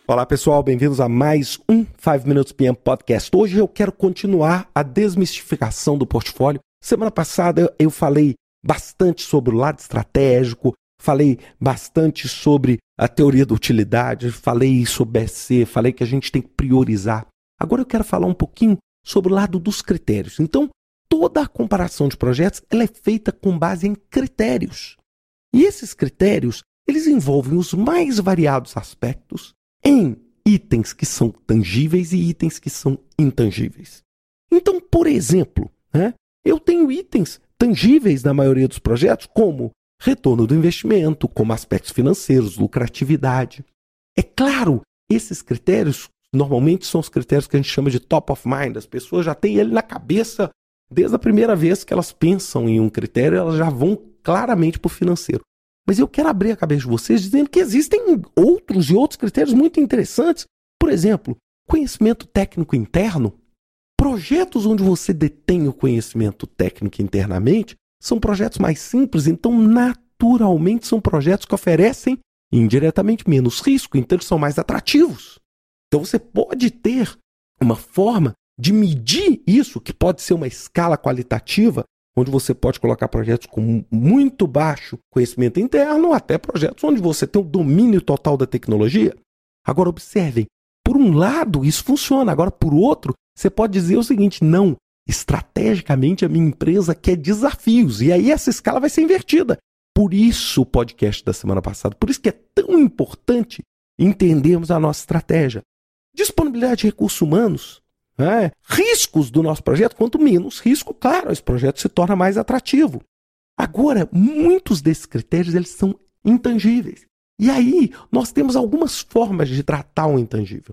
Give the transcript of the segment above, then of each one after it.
Olá pessoal, bem-vindos a mais um 5 Minutes PM Podcast. Hoje eu quero continuar a desmistificação do portfólio. Semana passada eu falei bastante sobre o lado estratégico, falei bastante sobre a teoria da utilidade, falei sobre BSC, falei que a gente tem que priorizar. Agora eu quero falar um pouquinho sobre o lado dos critérios. Então, toda a comparação de projetos ela é feita com base em critérios. E esses critérios, eles envolvem os mais variados aspectos em itens que são tangíveis e itens que são intangíveis. Então, por exemplo, eu tenho itens tangíveis na maioria dos projetos, como retorno do investimento, como aspectos financeiros, lucratividade. É claro, esses critérios normalmente são os critérios que a gente chama de top of mind. As pessoas já têm ele na cabeça desde a primeira vez que elas pensam em um critério, elas já vão claramente para o financeiro. Mas eu quero abrir a cabeça de vocês dizendo que existem outros critérios muito interessantes. Por exemplo, conhecimento técnico interno. Projetos onde você detém o conhecimento técnico internamente são projetos mais simples, então naturalmente são projetos que oferecem indiretamente menos risco, então eles são mais atrativos. Então você pode ter uma forma de medir isso, que pode ser uma escala qualitativa, onde você pode colocar projetos com muito baixo conhecimento interno, até projetos onde você tem o domínio total da tecnologia. Agora, observem, por um lado isso funciona, agora por outro, você pode dizer o seguinte, não, estrategicamente a minha empresa quer desafios, e aí essa escala vai ser invertida. Por isso o podcast da semana passada, por isso que é tão importante entendermos a nossa estratégia. Disponibilidade de recursos humanos. Riscos do nosso projeto, quanto menos risco, claro, esse projeto se torna mais atrativo. Agora, muitos desses critérios eles são intangíveis. E aí, nós temos algumas formas de tratar o intangível.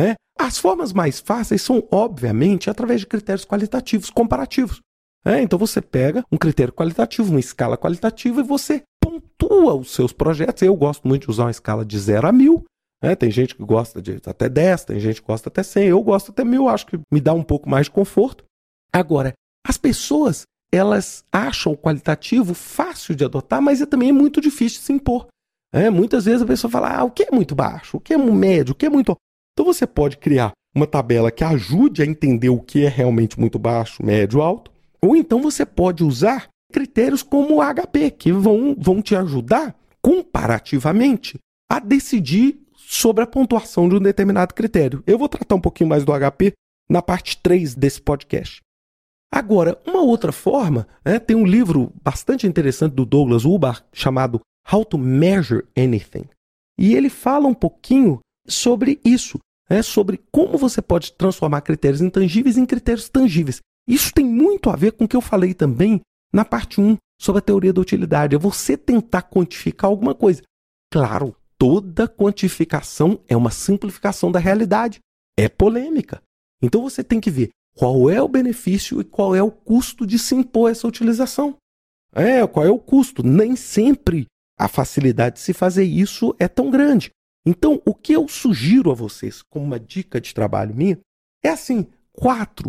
As formas mais fáceis são, obviamente, através de critérios qualitativos, comparativos. Então, você pega um critério qualitativo, uma escala qualitativa, e você pontua os seus projetos. Eu gosto muito de usar uma escala de 0 a 1000. Tem gente que gosta de até 10, tem gente que gosta até 100, eu gosto até 1000, acho que me dá um pouco mais de conforto. Agora, as pessoas, elas acham o qualitativo fácil de adotar, mas também é muito difícil de se impor. Muitas vezes a pessoa fala, o que é muito baixo, o que é médio, o que é muito alto. Então você pode criar uma tabela que ajude a entender o que é realmente muito baixo, médio, alto, ou então você pode usar critérios como o HP, que vão te ajudar comparativamente a decidir sobre a pontuação de um determinado critério. Eu vou tratar um pouquinho mais do HP na parte 3 desse podcast. Agora, uma outra forma, tem um livro bastante interessante do Douglas Ubar chamado How to Measure Anything. E ele fala um pouquinho sobre isso, sobre como você pode transformar critérios intangíveis em critérios tangíveis. Isso tem muito a ver com o que eu falei também na parte 1 sobre a teoria da utilidade. É você tentar quantificar alguma coisa. Claro, toda quantificação é uma simplificação da realidade. É polêmica. Então você tem que ver qual é o benefício e qual é o custo de se impor essa utilização. Qual é o custo? Nem sempre a facilidade de se fazer isso é tão grande. Então, o que eu sugiro a vocês, como uma dica de trabalho minha, é assim, 4,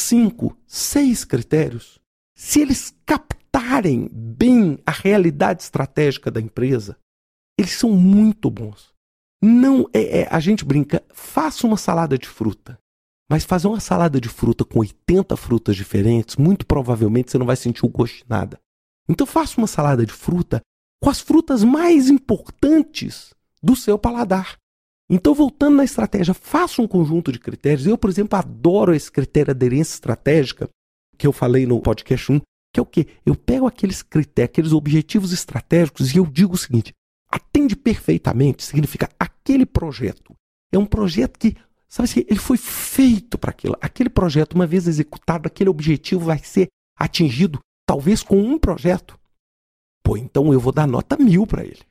5, 6 critérios. Se eles captarem bem a realidade estratégica da empresa, eles são muito bons. Não a gente brinca, faça uma salada de fruta. Mas fazer uma salada de fruta com 80 frutas diferentes, muito provavelmente você não vai sentir o gosto de nada. Então faça uma salada de fruta com as frutas mais importantes do seu paladar. Então, voltando na estratégia, faça um conjunto de critérios. Eu, por exemplo, adoro esse critério de aderência estratégica que eu falei no podcast 1, que é o quê? Eu pego aqueles critérios, aqueles objetivos estratégicos e eu digo o seguinte, atende perfeitamente significa aquele projeto. É um projeto que, sabe assim, ele foi feito para aquilo. Aquele projeto, uma vez executado, aquele objetivo vai ser atingido, talvez com um projeto. Então eu vou dar nota 1000 para ele.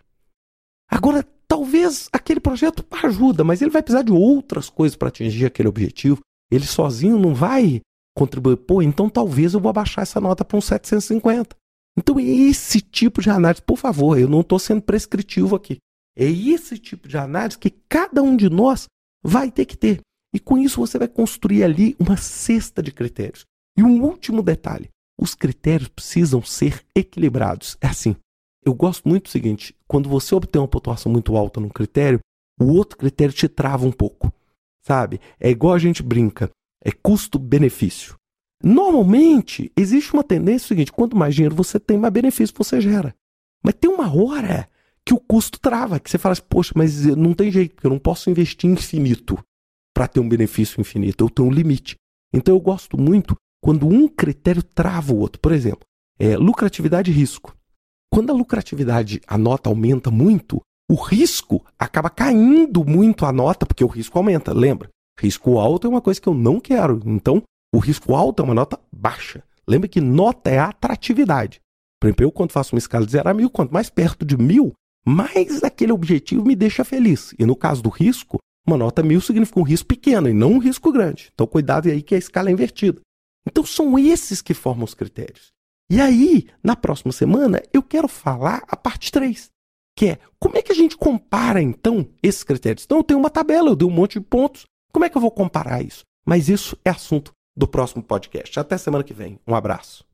Agora, talvez aquele projeto ajuda, mas ele vai precisar de outras coisas para atingir aquele objetivo. Ele sozinho não vai contribuir. Então talvez eu vou abaixar essa nota para um 750. Então é esse tipo de análise, por favor, eu não estou sendo prescritivo aqui. É esse tipo de análise que cada um de nós vai ter que ter. E com isso você vai construir ali uma cesta de critérios. E um último detalhe, os critérios precisam ser equilibrados. É assim, eu gosto muito do seguinte, quando você obtém uma pontuação muito alta num critério, o outro critério te trava um pouco, sabe? É igual a gente brinca, é custo-benefício. Normalmente, existe uma tendência seguinte, quanto mais dinheiro você tem, mais benefício você gera. Mas tem uma hora que o custo trava, que você fala assim, poxa, mas não tem jeito, porque eu não posso investir infinito para ter um benefício infinito, eu tenho um limite. Então eu gosto muito quando um critério trava o outro. Por exemplo, lucratividade e risco. Quando a lucratividade, a nota aumenta muito, o risco acaba caindo muito a nota, porque o risco aumenta, lembra? Risco alto é uma coisa que eu não quero, então o risco alto é uma nota baixa. Lembra que nota é atratividade. Por exemplo, eu quando faço uma escala de 0 a 1000, quanto mais perto de 1000, mais aquele objetivo me deixa feliz. E no caso do risco, uma nota 1000 significa um risco pequeno e não um risco grande. Então cuidado aí que a escala é invertida. Então são esses que formam os critérios. E aí, na próxima semana, eu quero falar a parte 3, que é como é que a gente compara então esses critérios. Então eu tenho uma tabela, eu dei um monte de pontos, como é que eu vou comparar isso? Mas isso é assunto do próximo podcast. Até semana que vem. Um abraço.